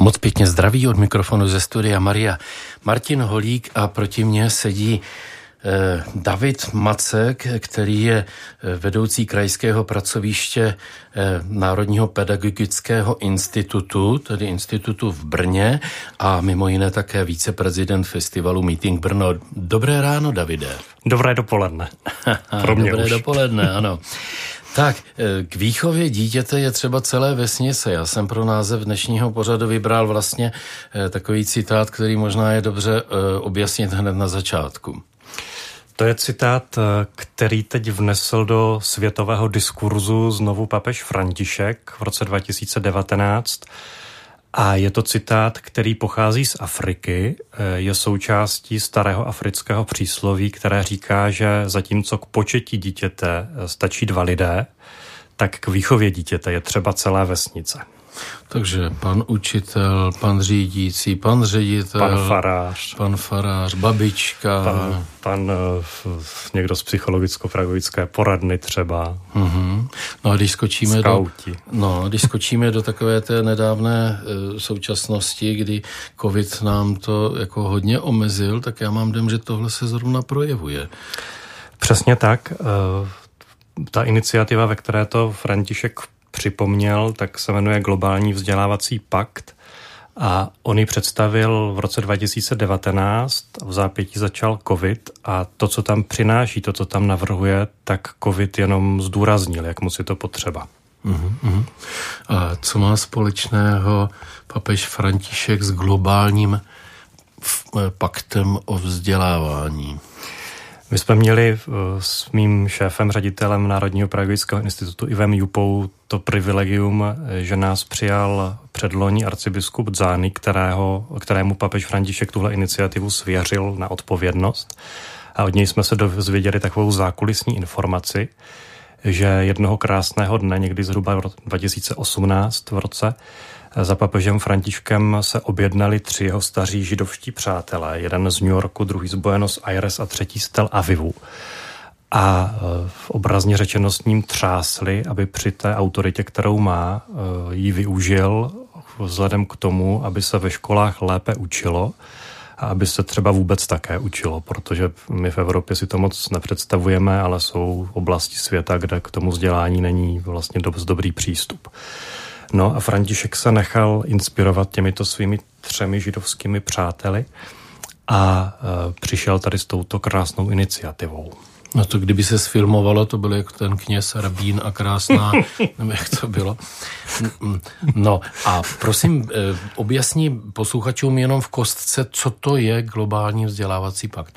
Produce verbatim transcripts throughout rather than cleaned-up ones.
Moc pěkně zdraví od mikrofonu ze studia Maria Martin Holík a proti mně sedí eh, David Macek, který je vedoucí krajského pracoviště eh, Národního pedagogického institutu, tedy institutu v Brně a mimo jiné také viceprezident festivalu Meeting Brno. Dobré ráno, Davide. Dobré dopoledne. Pro mě Dobré už. dopoledne, ano. Tak, k výchově dítěte je třeba celé vesnice. Já jsem pro název dnešního pořadu vybral vlastně takový citát, který možná je dobře objasnit hned na začátku. To je citát, který teď vnesl do světového diskurzu znovu papež František v roce dva tisíce devatenáct. A je to citát, který pochází z Afriky, je součástí starého afrického přísloví, které říká, že zatímco k početí dítěte stačí dva lidé, tak k výchově dítěte je třeba celé vesnice. Takže pan učitel, pan řídící, pan ředitel, pan farář, pan farář, babička, pan, pan někdo z psychologicko-pedagogické poradny třeba. Mm-hmm. No a když skočíme Skauti. do, no, když skočíme do takové té nedávné e, současnosti, kdy covid nám to jako hodně omezil, tak já mám dojem, že tohle se zrovna projevuje. Přesně tak. E, ta iniciativa, ve které to František připomněl, tak se jmenuje Globální vzdělávací pakt a on ji představil v roce dva tisíce devatenáct, v zápětí začal covid a to, co tam přináší, to, co tam navrhuje, tak covid jenom zdůraznil, jak moc je to potřeba. Uhum. A co má společného papež František s globálním paktem o vzdělávání? My jsme měli s mým šéfem, ředitelem Národního pedagogického institutu Ivem Jupou to privilegium, že nás přijal předloni arcibiskup Zány, kterého, kterému papež František tuhle iniciativu svěřil na odpovědnost. A od něj jsme se dozvěděli takovou zákulisní informaci, že jednoho krásného dne, někdy zhruba v dva tisíce osmnáct v roce, za papežem Františkem se objednali tři jeho staří židovští přátelé. Jeden z New Yorku, druhý z Buenos Aires a třetí z Tel Avivu. A obrazně řečeno s ním třásli, aby při té autoritě, kterou má, ji využil vzhledem k tomu, aby se ve školách lépe učilo a aby se třeba vůbec také učilo, protože my v Evropě si to moc nepředstavujeme, ale jsou oblasti světa, kde k tomu vzdělání není vlastně dost dobrý přístup. No a František se nechal inspirovat těmito svými třemi židovskými přáteli a e, přišel tady s touto krásnou iniciativou. No to kdyby se sfilmovalo, to byl jako ten kněz Rabín a krásná, nevím, jak to bylo. No a prosím, objasní posluchačům jenom v kostce, co to je globální vzdělávací pakt.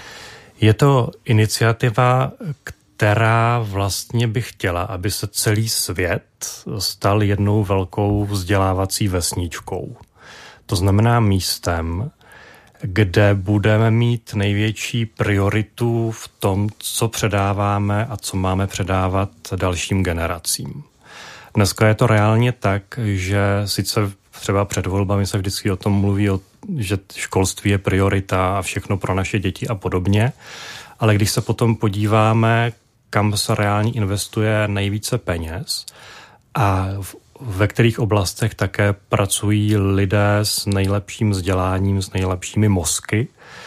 Je to iniciativa, která vlastně by chtěla, aby se celý svět stal jednou velkou vzdělávací vesničkou. To znamená místem, kde budeme mít největší prioritu v tom, co předáváme a co máme předávat dalším generacím. Dneska je to reálně tak, že sice třeba před volbami se vždycky o tom mluví, že školství je priorita a všechno pro naše děti a podobně, ale když se potom podíváme, kam se reálně investuje nejvíce peněz a v ve kterých oblastech také pracují lidé s nejlepším vzděláním, s nejlepšími mozky,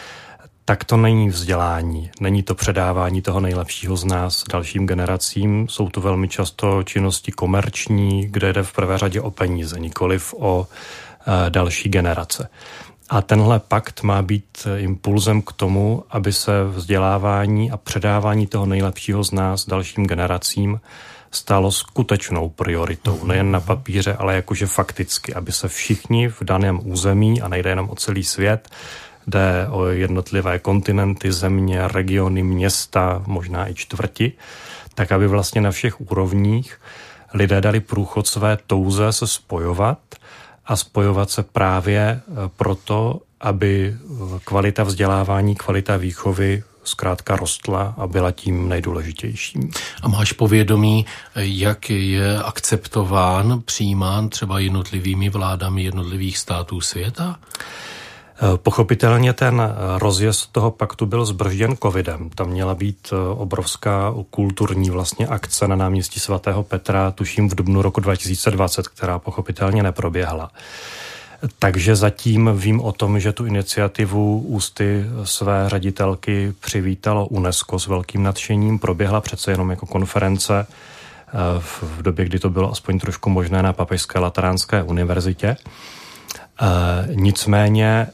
tak to není vzdělání, není to předávání toho nejlepšího z nás dalším generacím. Jsou to velmi často činnosti komerční, kde jde v prvé řadě o peníze, nikoliv o e, další generace. A tenhle pakt má být impulzem k tomu, aby se vzdělávání a předávání toho nejlepšího z nás dalším generacím stalo skutečnou prioritou, nejen na papíře, ale jakože fakticky, aby se všichni v daném území, a nejde jenom o celý svět, jde o jednotlivé kontinenty, země, regiony, města, možná i čtvrti, tak aby vlastně na všech úrovních lidé dali průchod své touze se spojovat a spojovat se právě proto, aby kvalita vzdělávání, kvalita výchovy zkrátka rostla a byla tím nejdůležitějším. A máš povědomí, jak je akceptován, přijímán třeba jednotlivými vládami jednotlivých států světa? Pochopitelně ten rozjezd toho paktu byl zbržděn covidem. Tam měla být obrovská kulturní vlastně akce na náměstí svatého Petra, tuším v dubnu roku dva tisíce dvacet, která pochopitelně neproběhla. Takže zatím vím o tom, že tu iniciativu ústy své ředitelky přivítalo UNESCO s velkým nadšením. Proběhla přece jenom jako konference v době, kdy to bylo aspoň trošku možné na Papežské lateránské univerzitě. Nicméně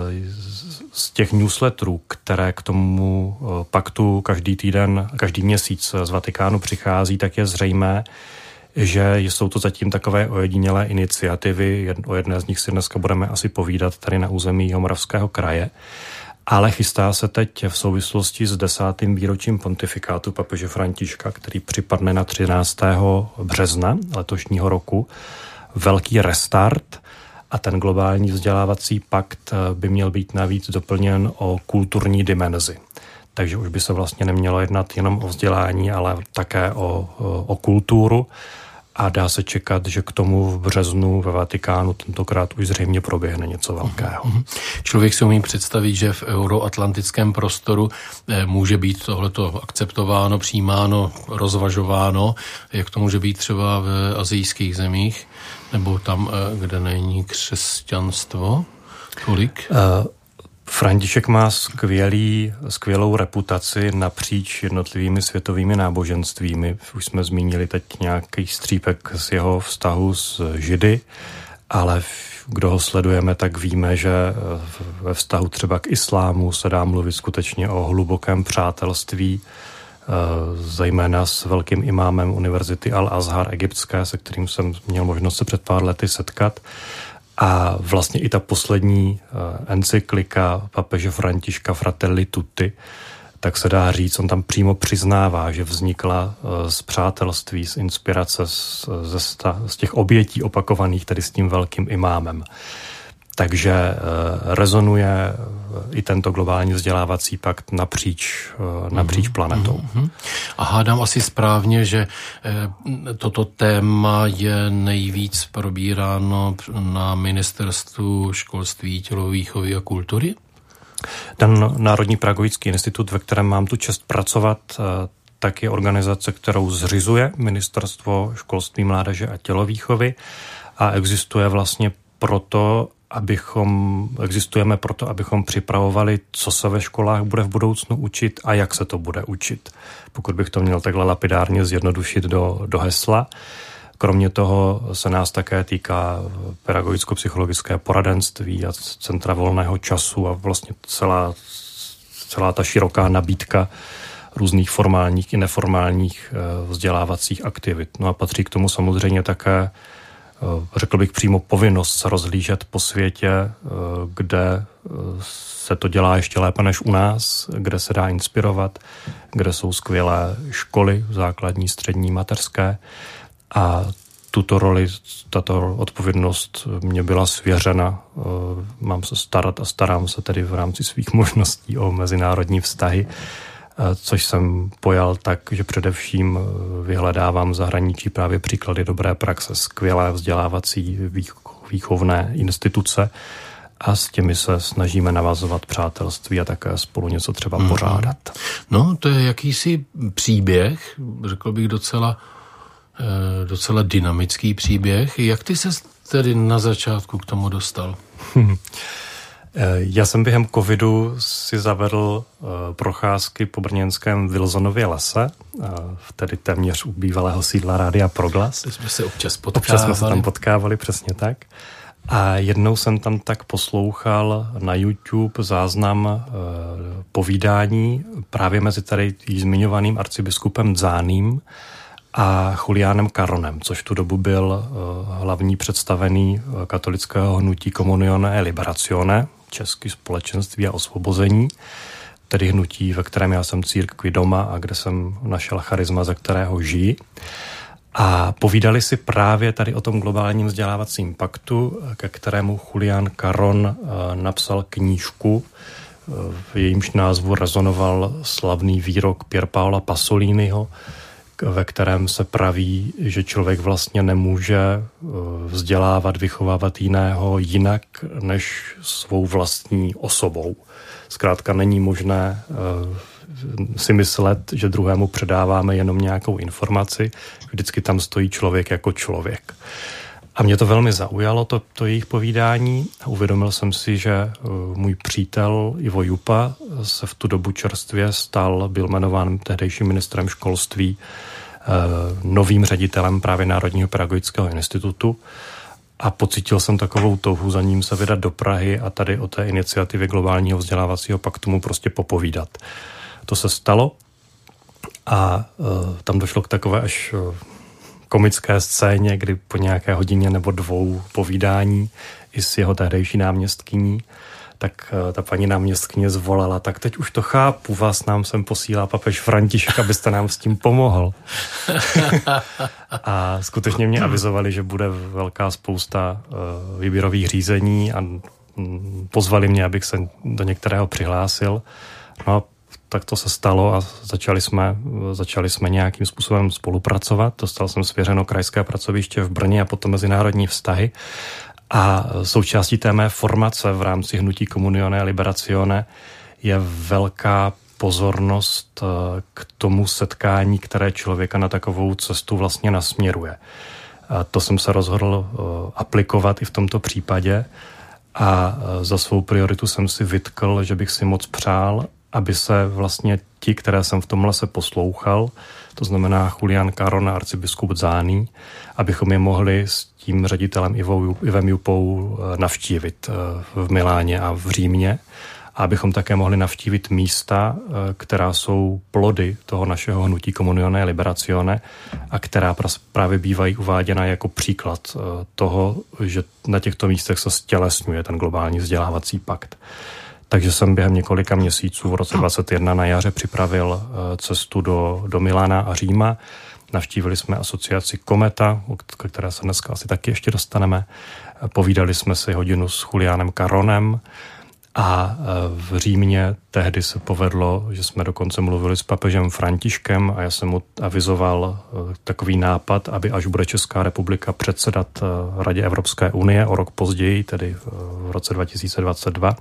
z těch newsletterů, které k tomu paktu každý týden, každý měsíc z Vatikánu přichází, tak je zřejmé, že jsou to zatím takové ojedinělé iniciativy. O jedné z nich si dneska budeme asi povídat tady na území Jihomoravského kraje. Ale chystá se teď v souvislosti s desátým výročím pontifikátu papeže Františka, který připadne na třináctého března letošního roku, velký restart a ten globální vzdělávací pakt by měl být navíc doplněn o kulturní dimenzi. Takže už by se vlastně nemělo jednat jenom o vzdělání, ale také o, o kulturu. A dá se čekat, že k tomu v březnu ve Vatikánu tentokrát už zřejmě proběhne něco velkého. Člověk si umí představit, že v euroatlantickém prostoru může být tohleto akceptováno, přijímáno, rozvažováno. Jak to může být třeba v asijských zemích, nebo tam, kde není křesťanstvo tolik? Uh, František má skvělý, skvělou reputaci napříč jednotlivými světovými náboženstvími. Už jsme zmínili teď nějaký střípek z jeho vztahu s Židy, ale kdo ho sledujeme, tak víme, že ve vztahu třeba k islámu se dá mluvit skutečně o hlubokém přátelství, zejména s velkým imámem Univerzity Al-Azhar egyptské, se kterým jsem měl možnost se před pár lety setkat. A vlastně i ta poslední encyklika papeže Františka Fratelli Tutti, tak se dá říct, on tam přímo přiznává, že vznikla z přátelství, z inspirace, z, z, z těch obětí opakovaných tedy s tím velkým imámem. Takže rezonuje i tento globální vzdělávací pakt napříč, napříč planetou. A hádám asi správně, že toto téma je nejvíc probíráno na Ministerstvu školství, tělovýchovy a kultury? Ten Národní pedagogický institut, ve kterém mám tu čest pracovat, tak je organizace, kterou zřizuje Ministerstvo školství, mládeže a tělovýchovy a existuje vlastně proto, abychom, existujeme proto, abychom připravovali, co se ve školách bude v budoucnu učit a jak se to bude učit. Pokud bych to měl takhle lapidárně zjednodušit do, do hesla. Kromě toho se nás také týká pedagogicko-psychologické poradenství a centra volného času a vlastně celá, celá ta široká nabídka různých formálních i neformálních vzdělávacích aktivit. No a patří k tomu samozřejmě také, řekl bych přímo, povinnost se rozhlížet po světě, kde se to dělá ještě lépe než u nás, kde se dá inspirovat, kde jsou skvělé školy, základní, střední, mateřské. A tuto roli, tato odpovědnost mě byla svěřena. Mám se starat a starám se tedy v rámci svých možností o mezinárodní vztahy, což jsem pojal tak, že především vyhledávám v zahraničí právě příklady dobré praxe, skvělé vzdělávací výchovné instituce a s těmi se snažíme navazovat přátelství a také spolu něco třeba mm. pořádat. No, to je jakýsi příběh, řekl bych docela, docela dynamický příběh. Jak ty ses tedy na začátku k tomu dostal? Já jsem během covidu si zavedl uh, procházky po brněnském Wilsonově lese, uh, tedy téměř u bývalého sídla Rádia Proglas. Teď jsme se občas potkávali. Občas jsme se tam potkávali, přesně tak. A jednou jsem tam tak poslouchal na YouTube záznam uh, povídání právě mezi tady zmiňovaným arcibiskupem Dzáným a Juliánem Caronem, což v tu dobu byl uh, hlavní představený uh, katolického hnutí Comunione e Liberazione, České společenství a osvobození, tedy hnutí, ve kterém já jsem církvi doma a kde jsem našel charisma, ze kterého žijí. A povídali si právě tady o tom globálním vzdělávacím paktu, ke kterému Julián Caron uh, napsal knížku, uh, v jejímž názvu rezonoval slavný výrok Pier Paola Pasoliniho, ve kterém se praví, že člověk vlastně nemůže vzdělávat, vychovávat jiného jinak než svou vlastní osobou. Zkrátka není možné si myslet, že druhému předáváme jenom nějakou informaci. Vždycky tam stojí člověk jako člověk. A mě to velmi zaujalo, to, to jejich povídání. Uvědomil jsem si, že můj přítel Ivo Jupa se v tu dobu čerstvě stal, byl jmenován tehdejším ministrem školství, novým ředitelem právě Národního pedagogického institutu. A pocítil jsem takovou touhu za ním se vydat do Prahy a tady o té iniciativě globálního vzdělávacího paktu mu prostě popovídat. To se stalo a uh, tam došlo k takové až uh, komické scéně, kdy po nějaké hodině nebo dvou povídání i s jeho tehdejší náměstkyní, tak uh, ta paní náměstkyně zvolala, tak teď už to chápu, vás nám sem posílá papež František, abyste nám s tím pomohl. A skutečně mě avizovali, že bude velká spousta uh, výběrových řízení a um, pozvali mě, abych se do některého přihlásil. No a tak to se stalo a začali jsme, začali jsme nějakým způsobem spolupracovat. Dostal jsem svěřeno krajské pracoviště v Brně a potom mezinárodní vztahy. A součástí té mé formace v rámci hnutí Comunione a Liberazione je velká pozornost k tomu setkání, které člověka na takovou cestu vlastně nasměruje. A to jsem se rozhodl aplikovat i v tomto případě a za svou prioritu jsem si vytkl, že bych si moc přál, aby se vlastně ti, které jsem v tomhle se poslouchal, to znamená Julián Caron a arcibiskup Zání, abychom je mohli s tím ředitelem Ivou, Ivem Jupou navštívit v Miláně a v Římě a abychom také mohli navštívit místa, která jsou plody toho našeho hnutí Comunione a Liberazione a která právě bývají uváděna jako příklad toho, že na těchto místech se stělesňuje ten globální vzdělávací pakt. Takže jsem během několika měsíců v roce dvacet jedna na jaře připravil cestu do, do Milána a Říma. Navštívili jsme asociaci Kometa, ke které se dneska asi taky ještě dostaneme. Povídali jsme si hodinu s Juliánem Caronem a v Římě tehdy se povedlo, že jsme dokonce mluvili s papežem Františkem a já jsem mu avizoval takový nápad, aby až bude Česká republika předsedat Radě Evropské unie o rok později, tedy v roce dva tisíce dvacet dva,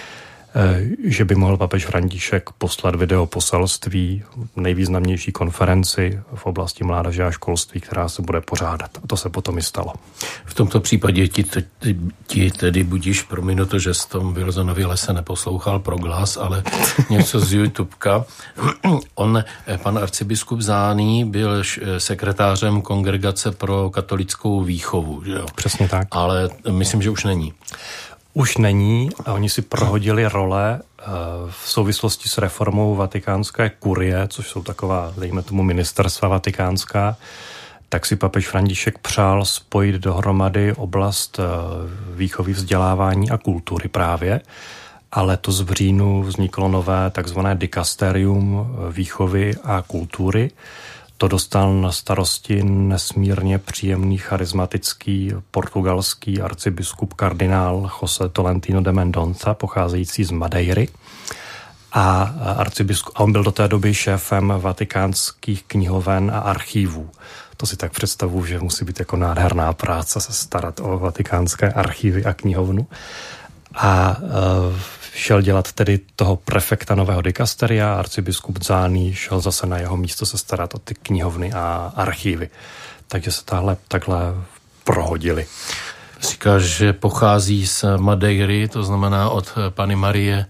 že by mohl papež František poslat video poselství nejvýznamnější konferenci v oblasti mládeže a školství, která se bude pořádat. A to se potom i stalo. V tomto případě ti, ti tedy budíš, promiňu to, že s tom Wilsonovi Lese neposlouchal pro glas, ale něco z YouTubeka. On, pan arcibiskup Zání, byl sekretářem Kongregace pro katolickou výchovu. Že jo? Přesně tak. Ale myslím, že už není. Už není a oni si prohodili role v souvislosti s reformou vatikánské kurie, což jsou taková, dejme tomu, ministerstva vatikánská, tak si papež František přál spojit dohromady oblast výchovy, vzdělávání a kultury právě. A letos v říjnu vzniklo nové takzvané dikasterium výchovy a kultury. To dostal na starosti nesmírně příjemný, charismatický portugalský arcibiskup kardinál José Tolentino de Mendonça, pocházející z Madeiry. A, arcibiskup, a on byl do té doby šéfem vatikánských knihoven a archívů. To si tak představuji, že musí být jako nádherná práce se starat o vatikánské archívy a knihovnu. A uh, šel dělat tedy toho prefekta nového dikasteria, arcibiskup Zání šel zase na jeho místo se starat o ty knihovny a archívy. Takže se tahle takhle prohodili. Říkáš, že pochází z Madeiry, to znamená od Panny Marie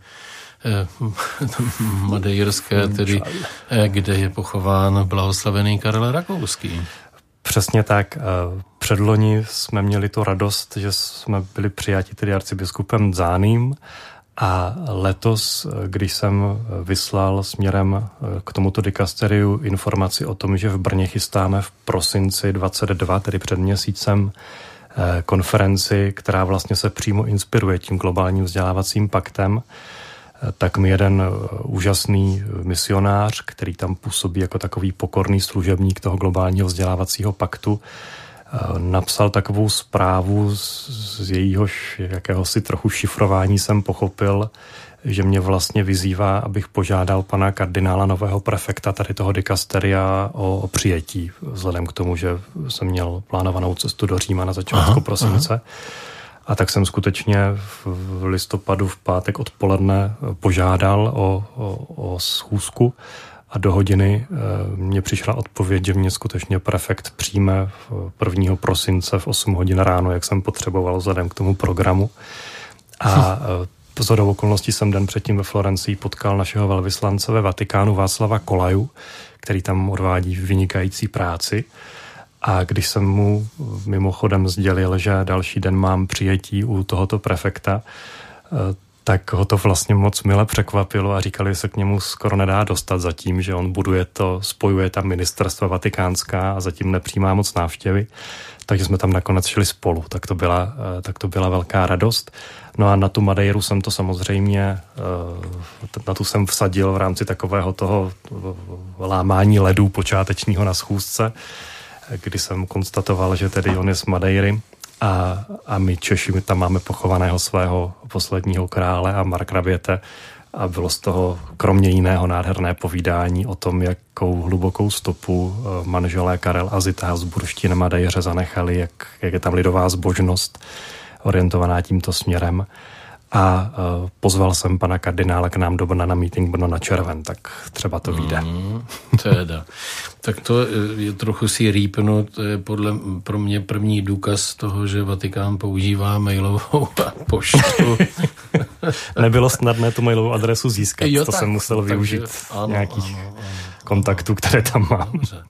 Madeirské, tedy kde je pochován blahoslavený Karel Rakouský. Přesně tak. Předloni jsme měli tu radost, že jsme byli přijati tedy arcibiskupem Záným a letos, když jsem vyslal směrem k tomuto dikasteriu informaci o tom, že v Brně chystáme v prosinci dvacet dva, tedy před měsícem, konferenci, která vlastně se přímo inspiruje tím globálním vzdělávacím paktem, tak mi jeden úžasný misionář, který tam působí jako takový pokorný služebník toho globálního vzdělávacího paktu, napsal takovou zprávu, z jejíhož jakéhosi trochu šifrování jsem pochopil, že mě vlastně vyzývá, abych požádal pana kardinála nového prefekta tady toho dikasteria o, o přijetí, vzhledem k tomu, že jsem měl plánovanou cestu do Říma na začátku aha, prosince. Aha. A tak jsem skutečně v listopadu v pátek odpoledne požádal o, o, o schůzku a do hodiny mně přišla odpověď, že mě skutečně prefekt přijme prvního prosince v osm hodin ráno, jak jsem potřeboval vzhledem k tomu programu. A shodou okolností jsem den předtím ve Florencii potkal našeho velvyslance ve Vatikánu Václava Kolaju, který tam odvádí vynikající práci. A když jsem mu mimochodem sdělil, že další den mám přijetí u tohoto prefekta, tak ho to vlastně moc mile překvapilo a říkali, že se k němu skoro nedá dostat zatím, že on buduje to, spojuje tam ministerstva vatikánská a zatím nepřijímá moc návštěvy. Takže jsme tam nakonec šli spolu, tak to byla, tak to byla velká radost. No a na tu Madeiru jsem to samozřejmě, na tu jsem vsadil v rámci takového toho lámání ledů počátečního na schůzce, kdy jsem konstatoval, že tedy on je z Madeiry a, a my Češi my tam máme pochovaného svého posledního krále a markrabiete a bylo z toho kromě jiného nádherné povídání o tom, jakou hlubokou stopu manželé Karel a Zita Habsburští na Madeiře zanechali, jak, jak je tam lidová zbožnost orientovaná tímto směrem. A uh, pozval jsem pana kardinála k nám do Brna na meeting Brno na červen, tak třeba to vyjde. Mm, teda. Tak to je trochu si rýpnu, to je podle pro mě první důkaz toho, že Vatikán používá mailovou poštu. Nebylo snadné tu mailovou adresu získat, jo, to tak, jsem musel takže, využít ano, nějakých ano, ano, kontaktů, které tam mám. Dobře.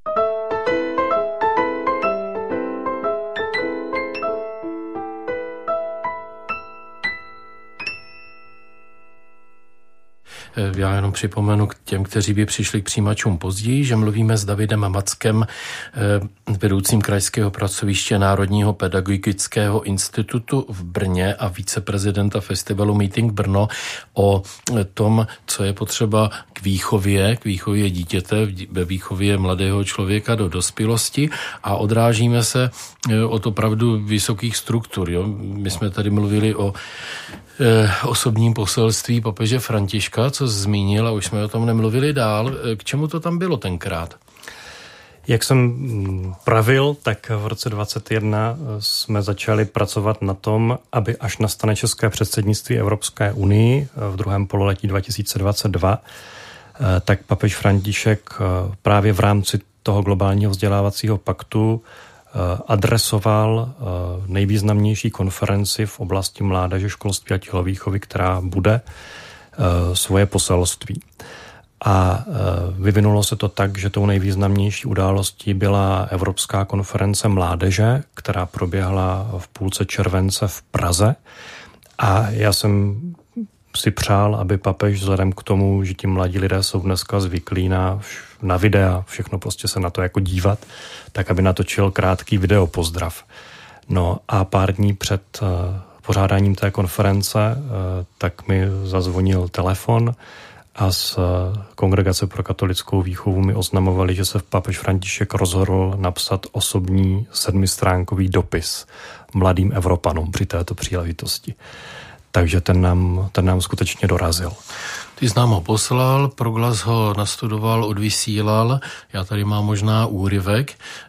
Já jenom připomenu k těm, kteří by přišli k přijímačům později, že mluvíme s Davidem Mackem, vedoucím krajského pracoviště Národního pedagogického institutu v Brně a viceprezidenta festivalu Meeting Brno o tom, co je potřeba k výchově, k výchově dítěte, ve výchově mladého člověka do dospělosti a odrážíme se od opravdu vysokých struktur. Jo? My jsme tady mluvili o osobním poselství papeže Františka, co zmínil, a už jsme o tom nemluvili dál. K čemu to tam bylo tenkrát? Jak jsem pravil, tak v roce dvacet jedna jsme začali pracovat na tom, aby až nastane české předsednictví Evropské unii v druhém pololetí dva tisíce dvacet dva, tak papež František právě v rámci toho globálního vzdělávacího paktu adresoval nejvýznamnější konferenci v oblasti mládeže, školství a tělovýchovy, která bude svoje poselství. A vyvinulo se to tak, že tou nejvýznamnější událostí byla Evropská konference mládeže, která proběhla v půlce července v Praze. A já jsem si přál, aby papež vzhledem k tomu, že ti mladí lidé jsou dneska zvyklí na, na videa, všechno prostě se na to jako dívat, tak aby natočil krátký video pozdrav. No a pár dní před uh, pořádáním té konference uh, tak mi zazvonil telefon a z uh, Kongregace pro katolickou výchovu mi oznamovali, že se papež František rozhodl napsat osobní sedmistránkový dopis mladým Evropanům při této příležitosti. Takže ten nám, ten nám skutečně dorazil. Ty jsi nám ho poslal, Proglas ho nastudoval, odvysílal. Já tady mám možná úryvek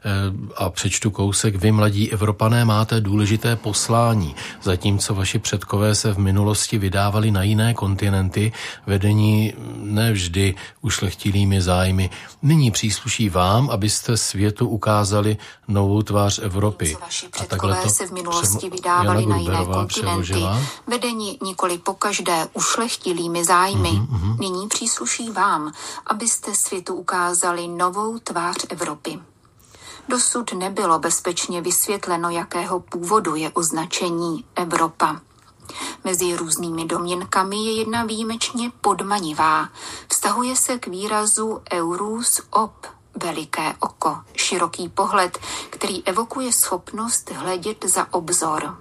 a přečtu kousek. Vy, mladí Evropané, máte důležité poslání. Zatímco vaši předkové se v minulosti vydávali na jiné kontinenty, vedení nevždy ušlechtilými zájmy. Nyní přísluší vám, abyste světu ukázali novou tvář Evropy. Vaši předkové se v minulosti vydávali na jiné kontinenty, vedení nikoli pokaždé ušlechtilými zájmy. Mm-hmm. Nyní přísluší vám, abyste světu ukázali novou tvář Evropy. Dosud nebylo bezpečně vysvětleno, jakého původu je označení Evropa. Mezi různými domněnkami je jedna výjimečně podmanivá. Vztahuje se k výrazu eurus ob, veliké oko, široký pohled, který evokuje schopnost hledět za obzor.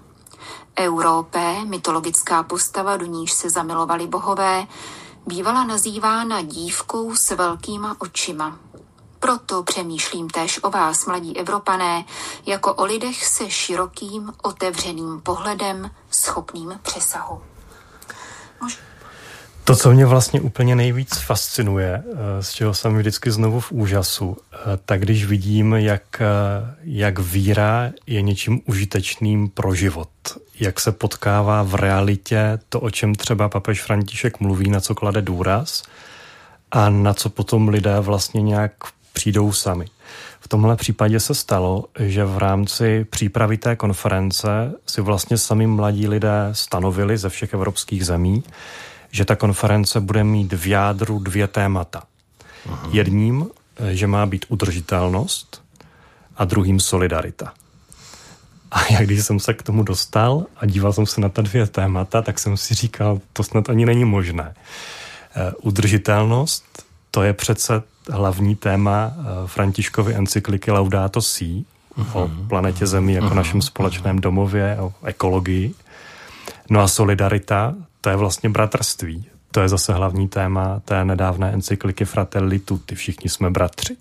Európé, mytologická postava, do níž se zamilovali bohové, bývala nazývána dívkou s velkýma očima. Proto přemýšlím též o vás, mladí Evropané, jako o lidech se širokým, otevřeným pohledem, schopným přesahu. Mož... To, co mě vlastně úplně nejvíc fascinuje, z čeho jsem vždycky znovu v úžasu, tak když vidím, jak, jak víra je něčím užitečným pro život, jak se potkává v realitě to, o čem třeba papež František mluví, na co klade důraz, a na co potom lidé vlastně nějak přijdou sami. V tomhle případě se stalo, že v rámci přípravy té konference si vlastně sami mladí lidé stanovili ze všech evropských zemí, že ta konference bude mít v jádru dvě témata. Aha. Jedním, že má být udržitelnost a druhým solidarita. A jak když jsem se k tomu dostal a díval jsem se na ta dvě témata, tak jsem si říkal, to snad ani není možné. Udržitelnost, to je přece hlavní téma Františkovy encykliky Laudato Si, uh-huh, o planetě Zemi jako uh-huh, našem společném domově, o ekologii. No a solidarita, to je vlastně bratrství. To je zase hlavní téma té nedávné encykliky Fratelli Tutti, všichni jsme bratři.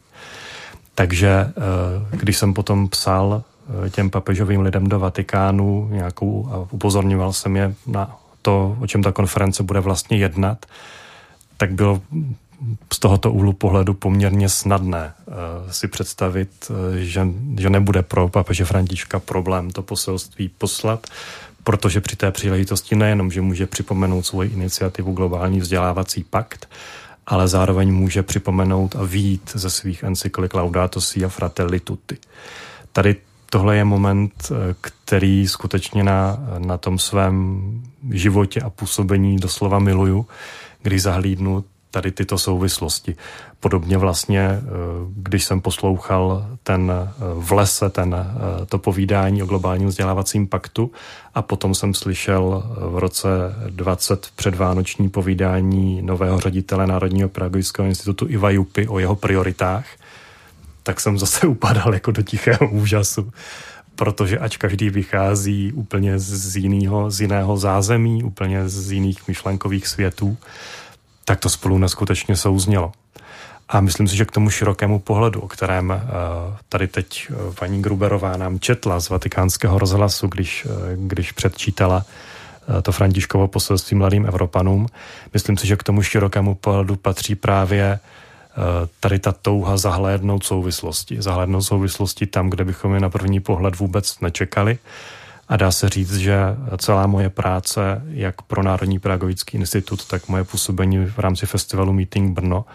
Takže když jsem potom psal těm papežovým lidem do Vatikánu nějakou a upozorňoval jsem je na to, o čem ta konference bude vlastně jednat, tak bylo z tohoto úhlu pohledu poměrně snadné uh, si představit, uh, že, že nebude pro papeže Františka problém to poselství poslat, protože při té příležitosti nejenom, že může připomenout svoji iniciativu Globální vzdělávací pakt, ale zároveň může připomenout a vyjít ze svých encyklik Laudato Si a Fratelli Tutti. Tady tohle je moment, který skutečně na, na tom svém životě a působení doslova miluju, když zahlídnu tady tyto souvislosti. Podobně vlastně, když jsem poslouchal ten v lese, ten, to povídání o globálním vzdělávacím paktu a potom jsem slyšel v roce dvacet předvánoční povídání nového ředitele Národního pedagogického institutu Iva Jupy o jeho prioritách, tak jsem zase upadal jako do tichého úžasu, protože ač každý vychází úplně z jiného, z jiného zázemí, úplně z jiných myšlenkových světů, tak to spolu neskutečně souznělo. A myslím si, že k tomu širokému pohledu, o kterém tady teď paní Gruberová nám četla z Vatikánského rozhlasu, když, když předčítala to Františkovo poselství mladým Evropanům, myslím si, že k tomu širokému pohledu patří právě tady ta touha zahlédnout souvislosti. Zahlédnout souvislosti tam, kde bychom je na první pohled vůbec nečekali. A dá se říct, že celá moje práce, jak pro Národní pedagogický institut, tak moje působení v rámci festivalu Meeting Brno,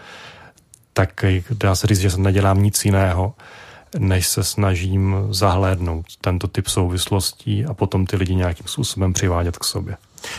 tak dá se říct, že nedělám nic jiného, než se snažím zahlédnout tento typ souvislostí a potom ty lidi nějakým způsobem přivádět k sobě.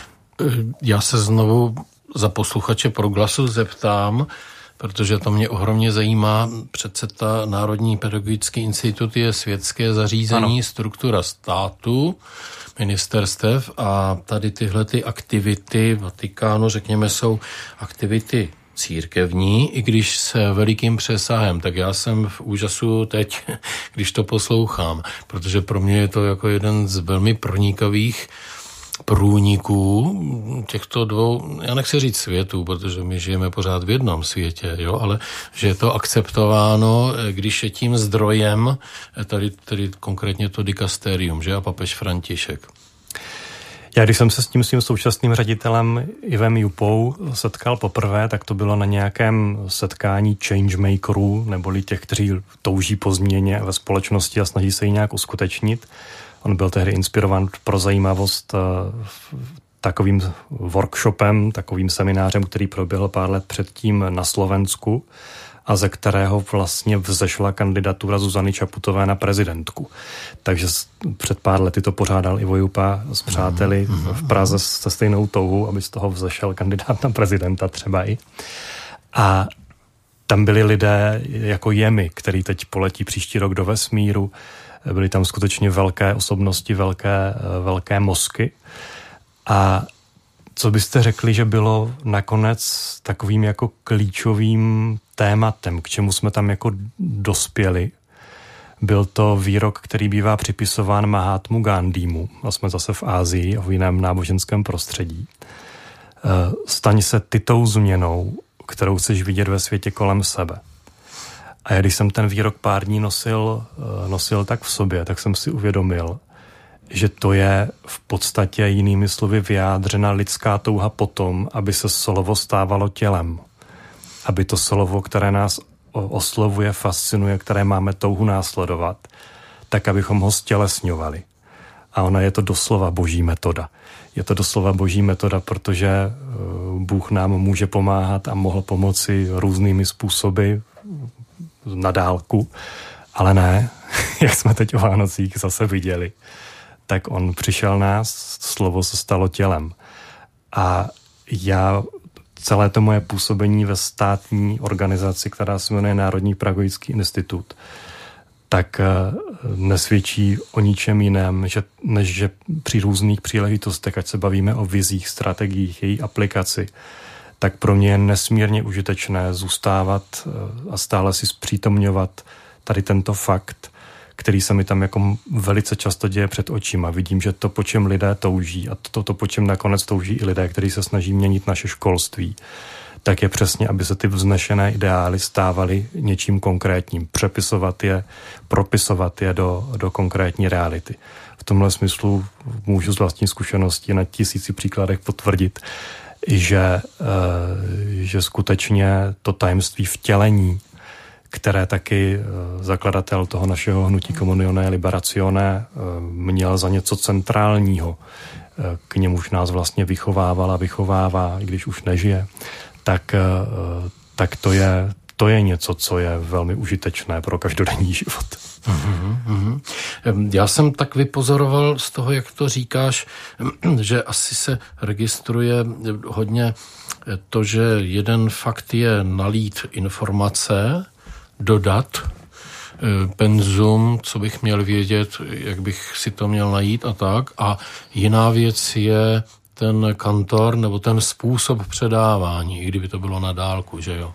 Já se znovu za posluchače Proglasu zeptám, protože to mě ohromně zajímá. Přece ta Národní pedagogický institut je světské zařízení, ano. Struktura státu, ministerstev a tady tyhle ty aktivity Vatikánu, řekněme, jsou aktivity církevní, i když s velikým přesahem. Tak já jsem v úžasu teď, když to poslouchám, protože pro mě je to jako jeden z velmi pronikavých průniků těchto dvou, já nechci říct světů, protože my žijeme pořád v jednom světě, jo, ale že je to akceptováno, když je tím zdrojem, tady, tady konkrétně to dikasterium, že a papež František. Já když jsem se s tím svým současným ředitelem Ivem Jupou setkal poprvé, tak to bylo na nějakém setkání changemakerů, neboli těch, kteří touží po změně ve společnosti a snaží se ji nějak uskutečnit. On byl tehdy inspirován pro zajímavost takovým workshopem, takovým seminářem, který proběhl pár let předtím na Slovensku a ze kterého vlastně vzešla kandidatura Zuzany Čaputové na prezidentku. Takže před pár lety to pořádal Ivo Jupa s přáteli v Praze se stejnou touhou, aby z toho vzešel kandidát na prezidenta třeba i. A tam byli lidé jako Jemi, který teď poletí příští rok do vesmíru. Byly tam skutečně velké osobnosti, velké, velké mozky. A co byste řekli, že bylo nakonec takovým jako klíčovým tématem, k čemu jsme tam jako dospěli? Byl to výrok, který bývá připisován Mahatmu Gandhimu, a jsme zase v Asii a v jiném náboženském prostředí. Staň se ty tou změnou, kterou chceš vidět ve světě kolem sebe. A když jsem ten výrok pár dní nosil, nosil tak v sobě, tak jsem si uvědomil, že to je v podstatě jinými slovy vyjádřena lidská touha potom, aby se slovo stávalo tělem. Aby to slovo, které nás oslovuje, fascinuje, které máme touhu následovat, tak abychom ho stělesňovali. A ona je to doslova boží metoda. Je to doslova boží metoda, protože Bůh nám může pomáhat a mohl pomoci různými způsoby na dálku, ale ne, jak jsme teď o Vánocích zase viděli, tak on přišel nás, slovo se stalo tělem. A já celé to moje působení ve státní organizaci, která se jmenuje Národní pedagogický institut, tak nesvědčí o ničem jiném, že, než že při různých příležitostech, ať se bavíme o vizích, strategiích, její aplikaci, tak pro mě je nesmírně užitečné zůstávat a stále si zpřítomňovat tady tento fakt, který se mi tam jako velice často děje před očima. Vidím, že to, po čem lidé touží, a to, to po čem nakonec touží i lidé, kteří se snaží měnit naše školství, tak je přesně, aby se ty vznešené ideály stávaly něčím konkrétním. Přepisovat je, propisovat je do, do konkrétní reality. V tomhle smyslu můžu z vlastní zkušenosti na tisíci příkladech potvrdit, že, že skutečně to tajemství vtělení, které taky zakladatel toho našeho hnutí Comunione Liberazione měl za něco centrálního, k němuž nás vlastně vychovával a vychovává, i když už nežije, tak, tak to je, to je něco, co je velmi užitečné pro každodenní život. Uhum, uhum. Já jsem tak vypozoroval z toho, jak to říkáš, že asi se registruje hodně to, že jeden fakt je nalít informace, dodat penzum, co bych měl vědět, jak bych si to měl najít a tak. A jiná věc je ten kantor nebo ten způsob předávání, i kdyby to bylo na dálku, že jo?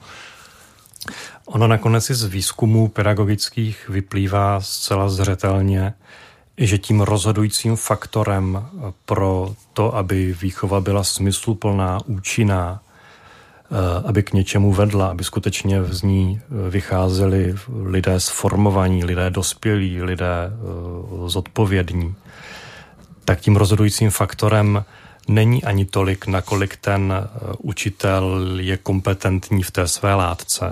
Ono nakonec i z výzkumů pedagogických vyplývá zcela zřetelně, že tím rozhodujícím faktorem pro to, aby výchova byla smysluplná, účinná, aby k něčemu vedla, aby skutečně z ní vycházeli lidé sformovaní, lidé dospělí, lidé zodpovědní, tak tím rozhodujícím faktorem není ani tolik, nakolik ten učitel je kompetentní v té své látce,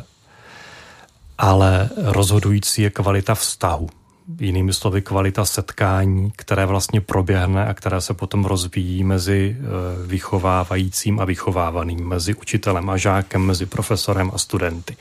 ale rozhodující je kvalita vztahu. Jinými slovy kvalita setkání, které vlastně proběhne a které se potom rozvíjí mezi vychovávajícím a vychovávaným, mezi učitelem a žákem, mezi profesorem a studenty.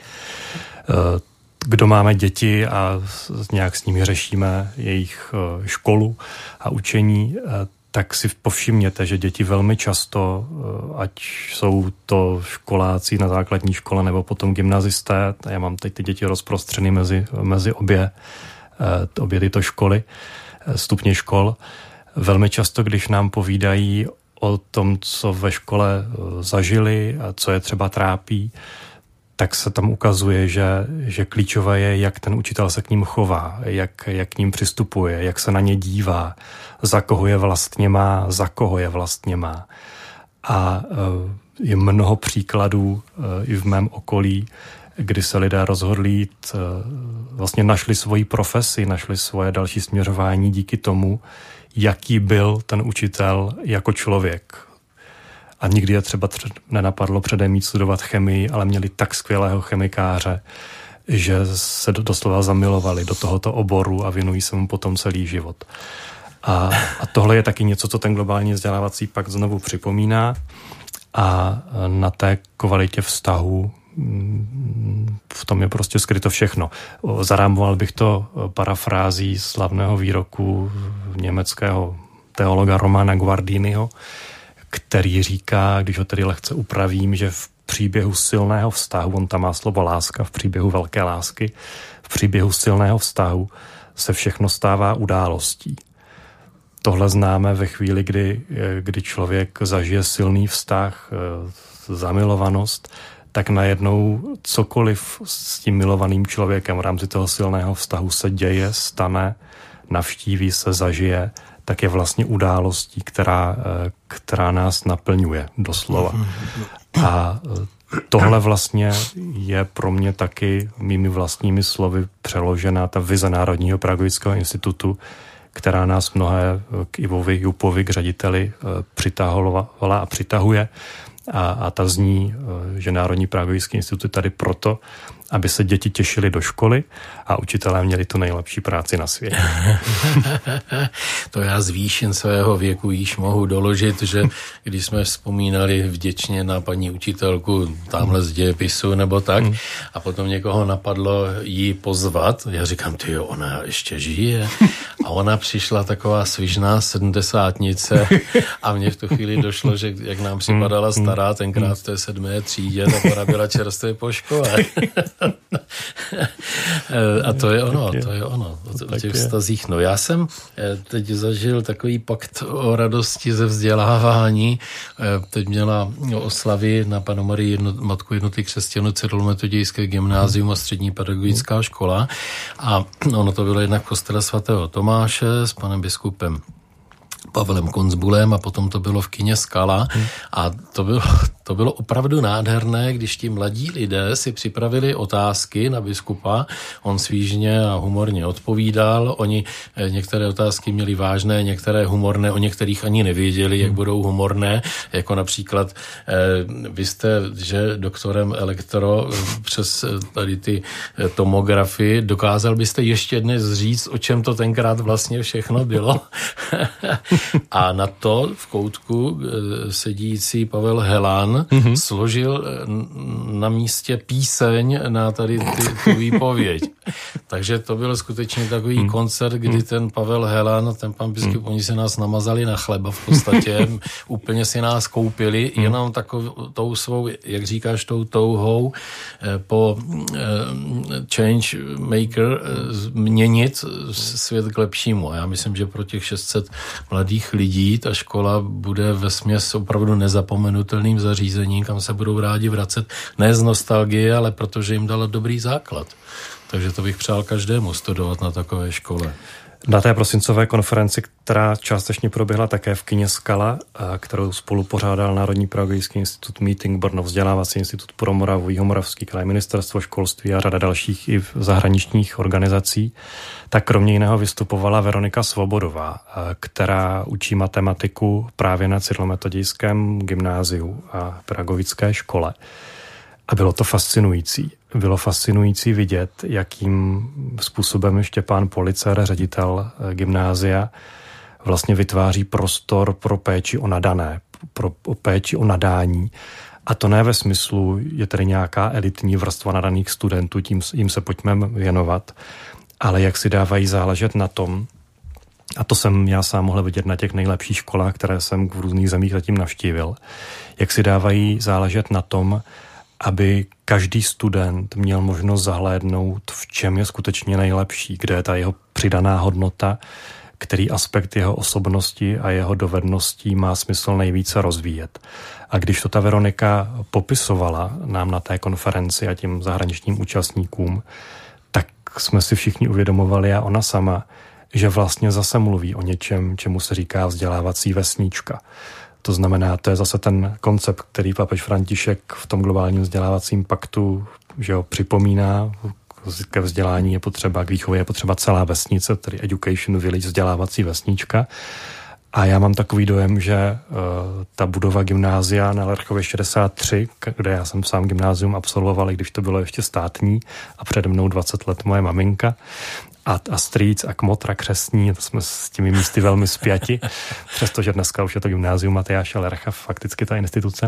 Kdo máme děti a nějak s nimi řešíme jejich školu a učení, tak si povšimněte, že děti velmi často, ať jsou to školáci na základní škole nebo potom gymnazisté, já mám teď ty děti rozprostřeny mezi, mezi obě, obě tyto školy, stupně škol, velmi často, když nám povídají o tom, co ve škole zažili a co je třeba trápí, tak se tam ukazuje, že, že klíčové je, jak ten učitel se k ním chová, jak, jak k ním přistupuje, jak se na ně dívá, za koho je vlastně má, za koho je vlastně má. A je mnoho příkladů i v mém okolí, kdy se lidé rozhodli jít, vlastně našli svoji profesi, našli svoje další směřování díky tomu, jaký byl ten učitel jako člověk. A nikdy je třeba tř- nenapadlo předem jít studovat chemii, ale měli tak skvělého chemikáře, že se doslova zamilovali do tohoto oboru a věnují se mu potom celý život. A, a tohle je taky něco, co ten globální vzdělávací pakt znovu připomíná a na té kvalitě vztahu v tom je prostě skryto všechno. Zarámoval bych to parafrází slavného výroku německého teologa Romana Guardiniho, který říká, když ho tedy lehce upravím, že v příběhu silného vztahu, on tam má slovo láska, v příběhu velké lásky, v příběhu silného vztahu se všechno stává událostí. Tohle známe ve chvíli, kdy, kdy člověk zažije silný vztah, zamilovanost, tak najednou cokoliv s tím milovaným člověkem v rámci toho silného vztahu se děje, stane, navštíví se, zažije, tak je vlastně událostí, která, která nás naplňuje doslova. A tohle vlastně je pro mě taky mými vlastními slovy přeložená ta vize Národního pedagogického institutu, která nás mnohé k Ivovi Jupovi, k řediteli, přitahovala a přitahuje. A, a ta zní, že Národní pedagogický institut je tady proto, aby se děti těšily do školy a učitelé měli tu nejlepší práci na světě. To já z výšin svého věku již mohu doložit, že když jsme vzpomínali vděčně na paní učitelku tamhle z dějepisu nebo tak mm. a potom někoho napadlo jí pozvat, já říkám, ty jo, ona ještě žije a ona přišla taková svižná sedmdesátnice a mně v tu chvíli došlo, že jak nám připadala stará tenkrát v té sedmé třídě, tak ona byla čerstvě po škole. A to je ono, to je ono, o těch vztazích. No já jsem teď zažil takový pakt o radosti ze vzdělávání. Teď měla oslavy na Panu Marii jedno, Matku jednoty křesťanů Cyrilometodějské gymnázium a střední pedagogická škola. A ono to bylo jednak v kostele svatého Tomáše s panem biskupem Pavlem Konzbulem a potom to bylo v kině Skala a to bylo, to bylo opravdu nádherné, když ti mladí lidé si připravili otázky na biskupa, on svížně a humorně odpovídal, oni některé otázky měli vážné, některé humorné, o některých ani nevěděli, jak budou humorné, jako například eh, vy jste, že doktorem elektro přes tady ty tomografy, dokázal byste ještě dnes říct, o čem to tenkrát vlastně všechno bylo? A na to v koutku sedící Pavel Helan mm-hmm. složil na místě píseň na tady ty, tu výpověď. Takže to byl skutečně takový mm. koncert, kdy ten Pavel Helan, ten pan biskup, mm. oni se nás namazali na chleba v podstatě, úplně si nás koupili, mm. jenom takovou tou svou, jak říkáš, tou touhou po change maker měnit svět k lepšímu. A já myslím, že pro těch šest set mladých lidí ta škola bude vesměs opravdu nezapomenutelným zařízením, kam se budou rádi vracet, ne z nostalgie, ale protože jim dala dobrý základ. Takže to bych přál každému studovat na takové škole. Na té prosincové konferenci, která částečně proběhla také v kině Skala, kterou spolu pořádal Národní pedagogický institut Meeting, Brno vzdělávací institut pro Moravu, Jihomoravský kraj, ministerstvo školství a řada dalších i zahraničních organizací, tak kromě jiného vystupovala Veronika Svobodová, která učí matematiku právě na Cyrilometodějském gymnáziu a pedagogické škole. A bylo to fascinující. Bylo fascinující vidět, jakým způsobem Štěpán Policer, ředitel gymnázia, vlastně vytváří prostor pro péči o nadané, pro péči o nadání. A to ne ve smyslu, je tady nějaká elitní vrstva nadaných studentů, tím jim se pojďme věnovat, ale jak si dávají záležet na tom, a to jsem já sám mohl vidět na těch nejlepších školách, které jsem v různých zemích zatím navštívil, jak si dávají záležet na tom, aby každý student měl možnost zahlédnout, v čem je skutečně nejlepší, kde je ta jeho přidaná hodnota, který aspekt jeho osobnosti a jeho dovedností má smysl nejvíce rozvíjet. A když to ta Veronika popisovala nám na té konferenci a těm zahraničním účastníkům, tak jsme si všichni uvědomovali a ona sama, že vlastně zase mluví o něčem, čemu se říká vzdělávací vesnička. To znamená, to je zase ten koncept, který papež František v tom globálním vzdělávacím paktu, že ho připomíná, ke vzdělání je potřeba, k výchově je potřeba celá vesnice, tedy education village, vzdělávací vesnička. A já mám takový dojem, že uh, ta budova gymnázia na Lerchově šedesát tři, kde já jsem sám gymnázium absolvoval, i když to bylo ještě státní, a přede mnou dvacet let moje maminka, a, a strýc a kmotra křestní, to jsme s těmi místy velmi spjati, přestože dneska už je to gymnázium Matyáše Lercha, fakticky ta instituce,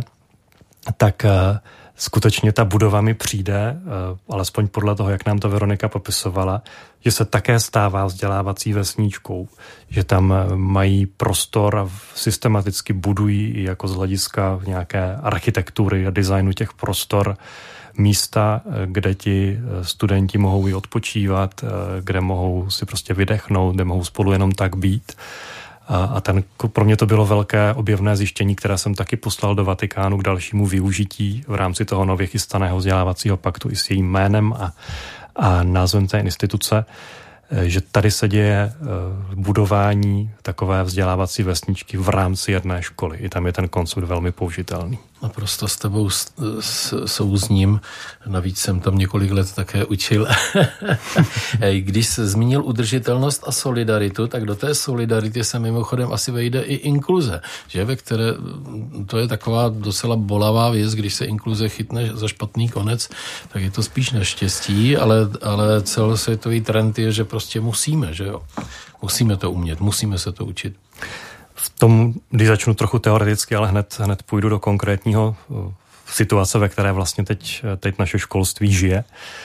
tak uh, skutečně ta budova mi přijde, uh, alespoň podle toho, jak nám to Veronika popisovala, že se také stává vzdělávací vesničkou, že tam mají prostor a systematicky budují jako z hlediska nějaké architektury a designu těch prostor místa, kde ti studenti mohou i odpočívat, kde mohou si prostě vydechnout, kde mohou spolu jenom tak být. A ten, pro mě to bylo velké objevné zjištění, které jsem taky poslal do Vatikánu k dalšímu využití v rámci toho nově chystaného vzdělávacího paktu i s jejím jménem a, a názvem té instituce, že tady se děje budování takové vzdělávací vesničky v rámci jedné školy. I tam je ten koncept velmi použitelný. Naprosto s tebou souzním, navíc jsem tam několik let také učil. Když se zmínil udržitelnost a solidaritu, tak do té solidarity se mimochodem asi vejde i inkluze, že? Ve které to je taková docela bolavá věc, když se inkluze chytne za špatný konec, tak je to spíš neštěstí, ale, ale celosvětový trend je, že prostě musíme, že jo? Musíme to umět, musíme se to učit. V tom, když začnu trochu teoreticky, ale hned, hned půjdu do konkrétního situace, ve které vlastně teď, teď naše školství žije.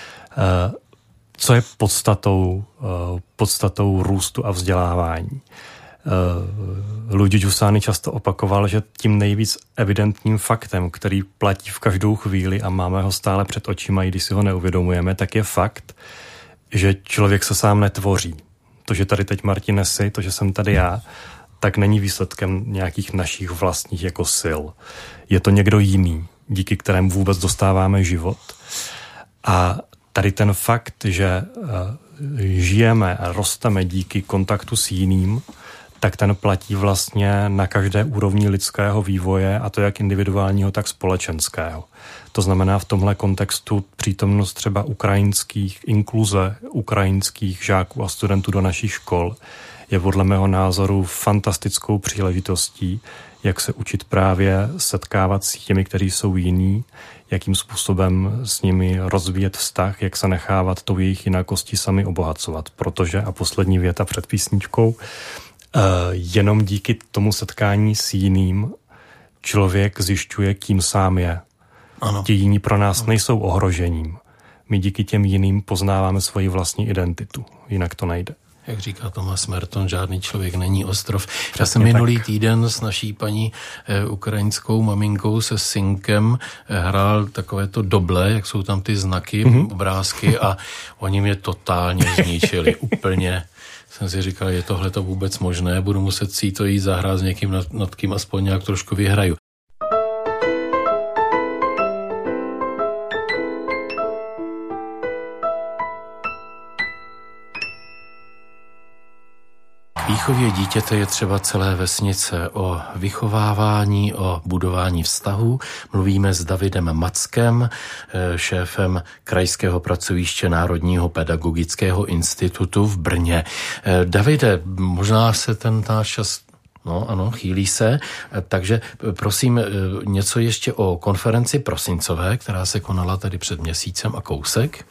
Co je podstatou, podstatou růstu a vzdělávání? Luigi Giussani často opakoval, že tím nejvíc evidentním faktem, který platí v každou chvíli a máme ho stále před očima, i když si ho neuvědomujeme, tak je fakt, že člověk se sám netvoří. To, že tady teď Martin jsi, to, že jsem tady já, tak není výsledkem nějakých našich vlastních jako sil. Je to někdo jiný, díky kterému vůbec dostáváme život. A tady ten fakt, že žijeme a rosteme díky kontaktu s jiným, tak ten platí vlastně na každé úrovni lidského vývoje, a to jak individuálního, tak společenského. To znamená v tomhle kontextu přítomnost třeba ukrajinských, inkluze ukrajinských žáků a studentů do našich škol je podle mého názoru fantastickou příležitostí, jak se učit právě setkávat s těmi, kteří jsou jiní, jakým způsobem s nimi rozvíjet vztah, jak se nechávat tou jejich jinakostí sami obohacovat. Protože, a poslední věta před písničkou, jenom díky tomu setkání s jiným člověk zjišťuje, kým sám je. Ano. Ti jiní pro nás ano. nejsou ohrožením. My díky těm jiným poznáváme svoji vlastní identitu. Jinak to nejde. Jak říká Thomas Merton, žádný člověk není ostrov. Přesně Já jsem minulý tak. týden s naší paní eh, ukrajinskou maminkou se synkem eh, hrál takovéto doble, jak jsou tam ty znaky, mm-hmm. obrázky a oni mě totálně zničili. Úplně jsem si říkal, je tohleto vůbec možné, budu muset si to jít zahrát s někým, nad, nad kým aspoň nějak trošku vyhraju. K výchově dítěte je třeba celé vesnice. O vychovávání, o budování vztahů mluvíme s Davidem Mackem, šéfem Krajského pracoviště Národního pedagogického institutu v Brně. Davide, možná se ten náš čas... No ano, chýlí se, takže prosím něco ještě o konferenci prosincové, která se konala tady před měsícem a kousek.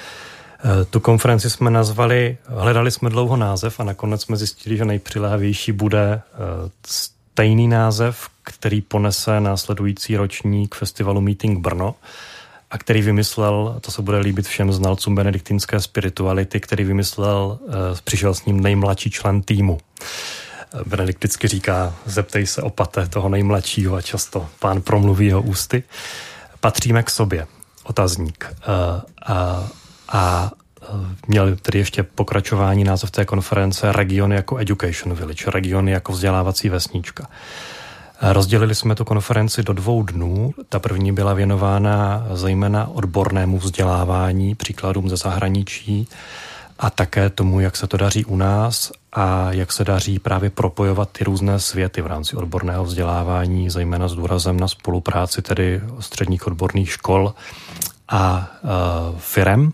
Tu konferenci jsme nazvali, hledali jsme dlouho název a nakonec jsme zjistili, že nejpřiléhavější bude stejný název, který ponese následující ročník festivalu Meeting Brno a který vymyslel, to se bude líbit všem znalcům benediktinské spirituality, který vymyslel, přišel s ním nejmladší člen týmu. Benedikt vždycky říká, zeptej se opate toho nejmladšího a často pán promluví jeho ústy. Patříme k sobě, otazník. A, a A měl tedy ještě pokračování název té konference Regiony jako Education Village, regiony jako vzdělávací vesnička. Rozdělili jsme tu konferenci do dvou dnů. Ta první byla věnována zejména odbornému vzdělávání, příkladům ze zahraničí a také tomu, jak se to daří u nás a jak se daří právě propojovat ty různé světy v rámci odborného vzdělávání, zejména s důrazem na spolupráci tedy středních odborných škol a uh, firem.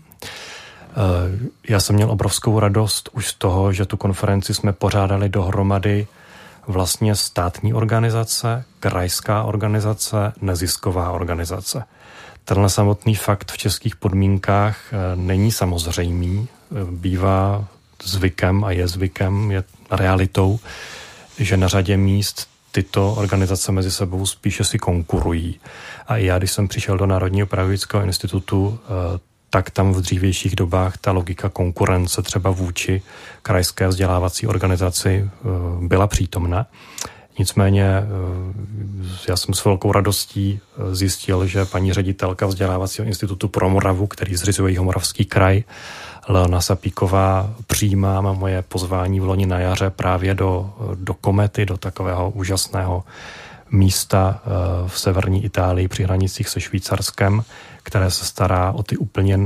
Já jsem měl obrovskou radost už z toho, že tu konferenci jsme pořádali dohromady vlastně státní organizace, krajská organizace, nezisková organizace. Tenhle samotný fakt v českých podmínkách není samozřejmý, bývá zvykem a je zvykem, je realitou, že na řadě míst tyto organizace mezi sebou spíše si konkurují. A i já, když jsem přišel do Národního pedagogického institutu, tak tam v dřívějších dobách ta logika konkurence třeba vůči krajské vzdělávací organizaci byla přítomna. Nicméně já jsem s velkou radostí zjistil, že paní ředitelka vzdělávacího institutu pro Moravu, který zřizuje Jihomoravský kraj, Leona Sapíková, přijímá moje pozvání v loni na jaře právě do, do Komety, do takového úžasného místa v severní Itálii při hranicích se Švýcarskem, které se stará o ty úplně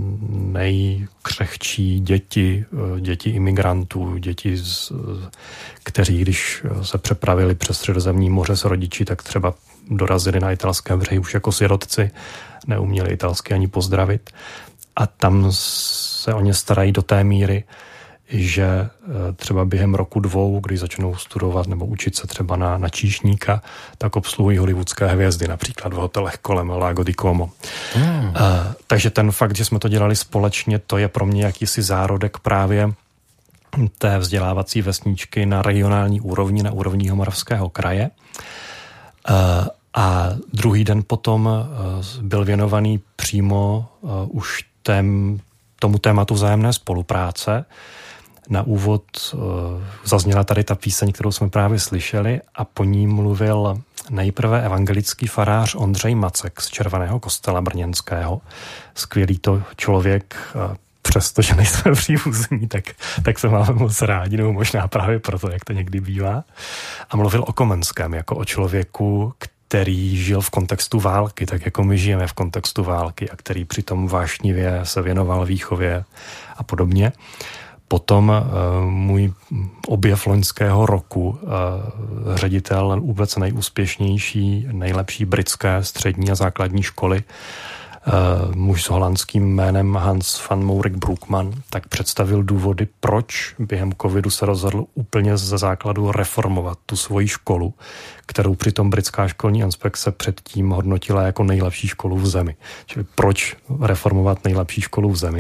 nejkřehčí děti, děti imigrantů, děti, z, kteří, když se přepravili přes Středozemní moře s rodiči, tak třeba dorazili na italském břehu už jako sirotci, neuměli italsky ani pozdravit. A tam se o ně starají do té míry, že třeba během roku dvou, když začnou studovat nebo učit se třeba na, na číšníka, tak obsluhují hollywoodské hvězdy, například v hotelech kolem Lago di Como. Hmm. Uh, takže ten fakt, že jsme to dělali společně, to je pro mě jakýsi zárodek právě té vzdělávací vesničky na regionální úrovni, na úrovni Jihomoravského kraje. Uh, a druhý den potom uh, byl věnovaný přímo uh, už tém, tomu tématu vzájemné spolupráce. Na úvod uh, zazněla tady ta píseň, kterou jsme právě slyšeli, a po ní mluvil nejprve evangelický farář Ondřej Macek z Červeného kostela brněnského. Skvělý to člověk, uh, přestože nejsme příbuzní, tak, tak se máme moc rádi, nebo možná právě proto, jak to někdy bývá. A mluvil o Komenském jako o člověku, který žil v kontextu války, tak jako my žijeme v kontextu války, a který přitom vášnivě se věnoval výchově a podobně. Potom uh, můj objev loňského roku, uh, ředitel vůbec nejúspěšnější, nejlepší britské střední a základní školy, uh, muž s holandským jménem Hans van Mourik Broekman, tak představil důvody, proč během covidu se rozhodl úplně ze základu reformovat tu svoji školu, kterou přitom britská školní inspekce předtím hodnotila jako nejlepší školu v zemi. Čili proč reformovat nejlepší školu v zemi.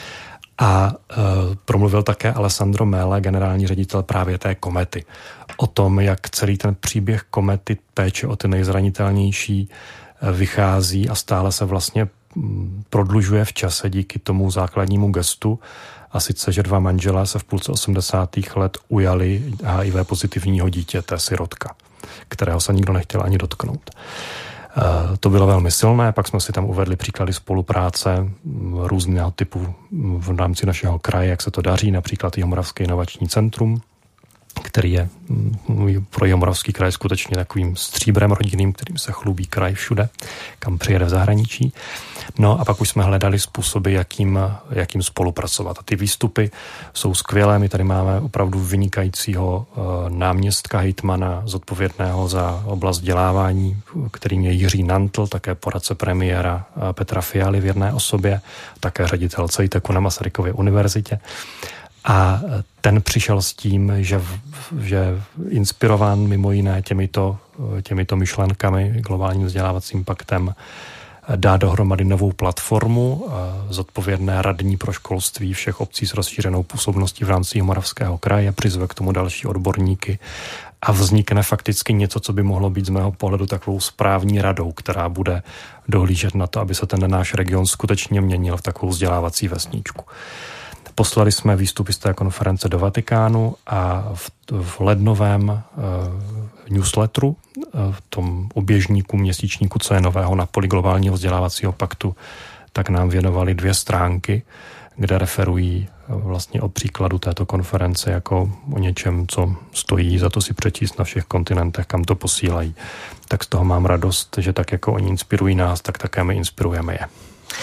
A e, promluvil také Alessandro Mele, generální ředitel právě té Komety, o tom, jak celý ten příběh Komety, péče o ty nejzranitelnější, e, vychází a stále se vlastně m, prodlužuje v čase díky tomu základnímu gestu, a sice, že dva manželé se v půlce osmdesátých let ujali H I V pozitivního dítěte, sirotka, kterého se nikdo nechtěl ani dotknout. To bylo velmi silné, pak jsme si tam uvedli příklady spolupráce různého typu v rámci našeho kraje, jak se to daří, například Jihomoravské inovační centrum, který je pro Jihomoravský kraj skutečně takovým stříbrem rodinným, kterým se chlubí kraj všude, kam přijede v zahraničí. No a pak už jsme hledali způsoby, jakým, jakým spolupracovat. A ty výstupy jsou skvělé. My tady máme opravdu vynikajícího náměstka hejtmana, zodpovědného za oblast vzdělávání, kterým je Jiří Nantl, také poradce premiéra Petra Fialy v jedné osobě, také ředitel CEJTECu na Masarykově univerzitě. A ten přišel s tím, že, že inspirován mimo jiné těmito, těmito myšlenkami, globálním vzdělávacím paktem, dá dohromady novou platformu, zodpovědné radní pro školství všech obcí s rozšířenou působností v rámci Jihomoravského kraje, přizve k tomu další odborníky a vznikne fakticky něco, co by mohlo být z mého pohledu takovou správní radou, která bude dohlížet na to, aby se ten náš region skutečně měnil v takovou vzdělávací vesničku. Poslali jsme výstupy z té konference do Vatikánu a v, v lednovém uh, newsletteru, uh, v tom oběžníku, měsíčníku, co je nového na poli globálního vzdělávacího paktu, tak nám věnovali dvě stránky, kde referují uh, vlastně o příkladu této konference jako o něčem, co stojí za to si přečíst na všech kontinentech, kam to posílají. Tak z toho mám radost, že tak jako oni inspirují nás, tak také my inspirujeme je.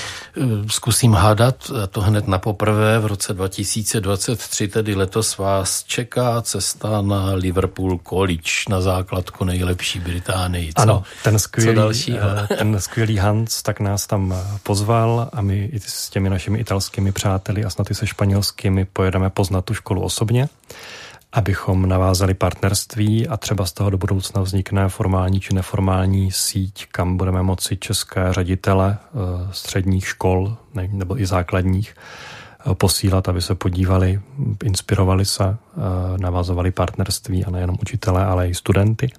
Zkusím hádat, to hned na poprvé v roce dva tisíce dvacet tři, tedy letos vás čeká cesta na Liverpool College, na základku nejlepší Británii. Co, ano, ten skvělý, co ten skvělý Hans tak nás tam pozval a my i s těmi našimi italskými přáteli a snad i se španělskými pojedeme poznat tu školu osobně, abychom navázali partnerství a třeba z toho do budoucna vznikne formální či neformální síť, kam budeme moci české ředitele středních škol nebo i základních posílat, aby se podívali, inspirovali se, navázovali partnerství a nejenom učitelé, ale i studenty.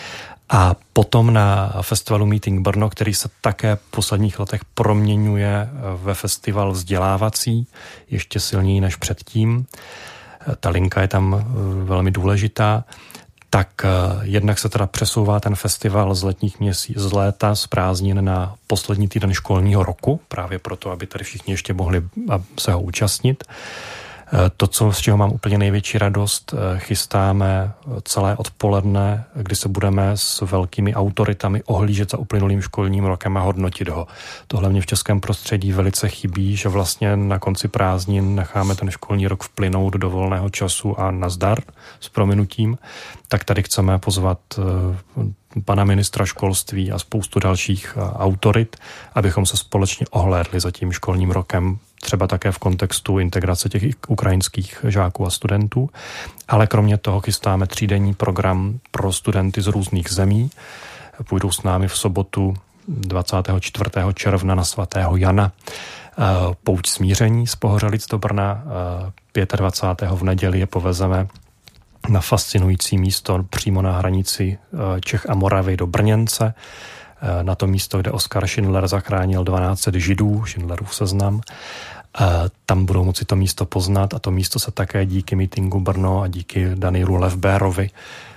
A potom na festivalu Meeting Brno, který se také v posledních letech proměňuje ve festival vzdělávací, ještě silněji než předtím. Ta linka je tam velmi důležitá, tak jednak se teda přesouvá ten festival z letních měsíců, z léta, z prázdnin na poslední týden školního roku, právě proto, aby tady všichni ještě mohli se ho účastnit. To, co, z čeho mám úplně největší radost, chystáme celé odpoledne, kdy se budeme s velkými autoritami ohlížet za uplynulým školním rokem a hodnotit ho. To hlavně v českém prostředí velice chybí, že vlastně na konci prázdnin necháme ten školní rok vplynout do volného času a nazdar s prominutím. Tak tady chceme pozvat pana ministra školství a spoustu dalších autorit, abychom se společně ohlédli za tím školním rokem, třeba také v kontextu integrace těch ukrajinských žáků a studentů. Ale kromě toho chystáme třídenní program pro studenty z různých zemí. Půjdou s námi v sobotu dvacátého čtvrtého června na svatého Jana pouť smíření z Pohořelic do Brna. dvacátého pátého v neděli je povezeme na fascinující místo přímo na hranici Čech a Moravy do Brněnce, na to místo, kde Oskar Schindler zachránil dvanáct set Židů, Schindlerův seznam. Tam budou moci to místo poznat a to místo se také díky meetingu Brno a díky Danielu Levbérovi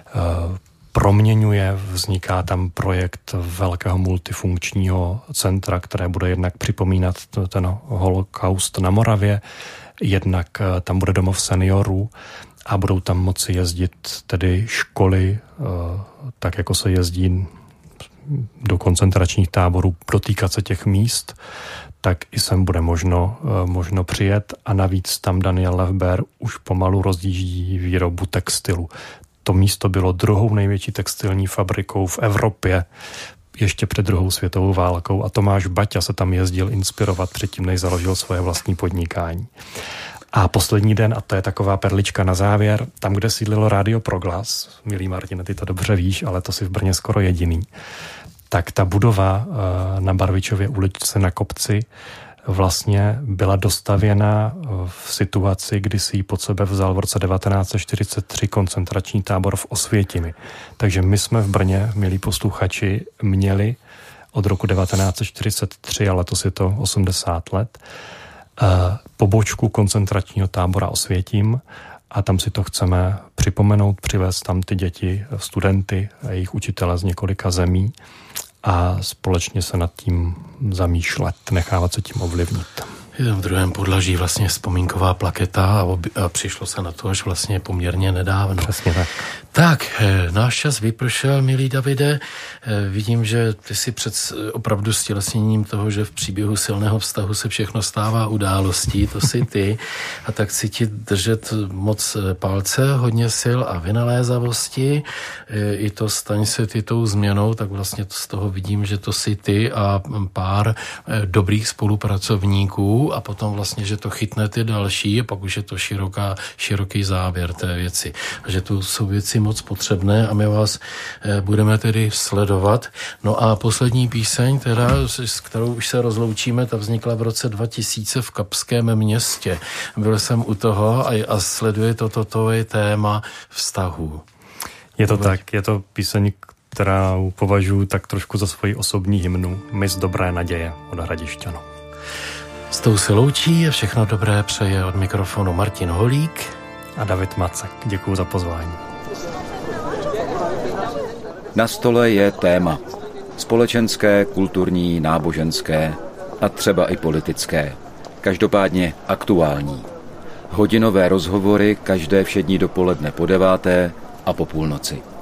proměňuje. Vzniká tam projekt velkého multifunkčního centra, které bude jednak připomínat ten holokaust na Moravě, jednak tam bude domov seniorů a budou tam moci jezdit tedy školy, tak jako se jezdí do koncentračních táborů, dotýkat se těch míst, tak i sem bude možno, možno přijet a navíc tam Daniel Levber už pomalu rozjíždí výrobu textilu. To místo bylo druhou největší textilní fabrikou v Evropě ještě před druhou světovou válkou a Tomáš Baťa se tam jezdil inspirovat předtím, než založil svoje vlastní podnikání. A poslední den, a to je taková perlička na závěr, tam, kde sídlilo Rádio Proglas, milý Martine, ty to dobře víš, ale to si v Brně skoro jediný, tak ta budova na Barvičově uličce na kopci vlastně byla dostavěna v situaci, kdy si ji pod sebe vzal v roce devatenáct set čtyřicet tři koncentrační tábor v Osvětimi. Takže my jsme v Brně, milí posluchači, měli od roku devatenáct set čtyřicet tři, a letos je to osmdesát let, pobočku koncentračního tábora Osvětim a tam si to chceme připomenout, přivést tam ty děti, studenty a jejich učitele z několika zemí a společně se nad tím zamýšlet, nechávat se tím ovlivnit. Je v druhém podlaží vlastně vzpomínková plaketa a, obi, a přišlo se na to až vlastně poměrně nedávno. Přesně tak. Tak, náš čas vypršel, milý Davide. Vidím, že ty si před opravdu stělesněním toho, že v příběhu silného vztahu se všechno stává událostí, to si ty. A tak chci ti držet moc palce, hodně sil a vynalézavosti. I to staň se ty tou změnou, tak vlastně z toho vidím, že to si ty a pár dobrých spolupracovníků a potom vlastně, že to chytne ty další a pak už je to široká, široký závěr té věci. A že tu jsou věci moc potřebné a my vás budeme tedy sledovat. No a poslední píseň, teda, s kterou už se rozloučíme, ta vznikla v roce dva tisíce v Kapském Městě. Byl jsem u toho a, a sleduje toto to je téma vztahů. Je to tak, je to píseň, kterou považuji tak trošku za svoji osobní hymnu Mis dobré naděje od Hradišťanu. S tou se loučí a všechno dobré přeje od mikrofonu Martin Holík a David Macek. Děkuju za pozvání. Na stole je téma. Společenské, kulturní, náboženské a třeba i politické. Každopádně aktuální. Hodinové rozhovory každé všední dopoledne po deváté a po půlnoci.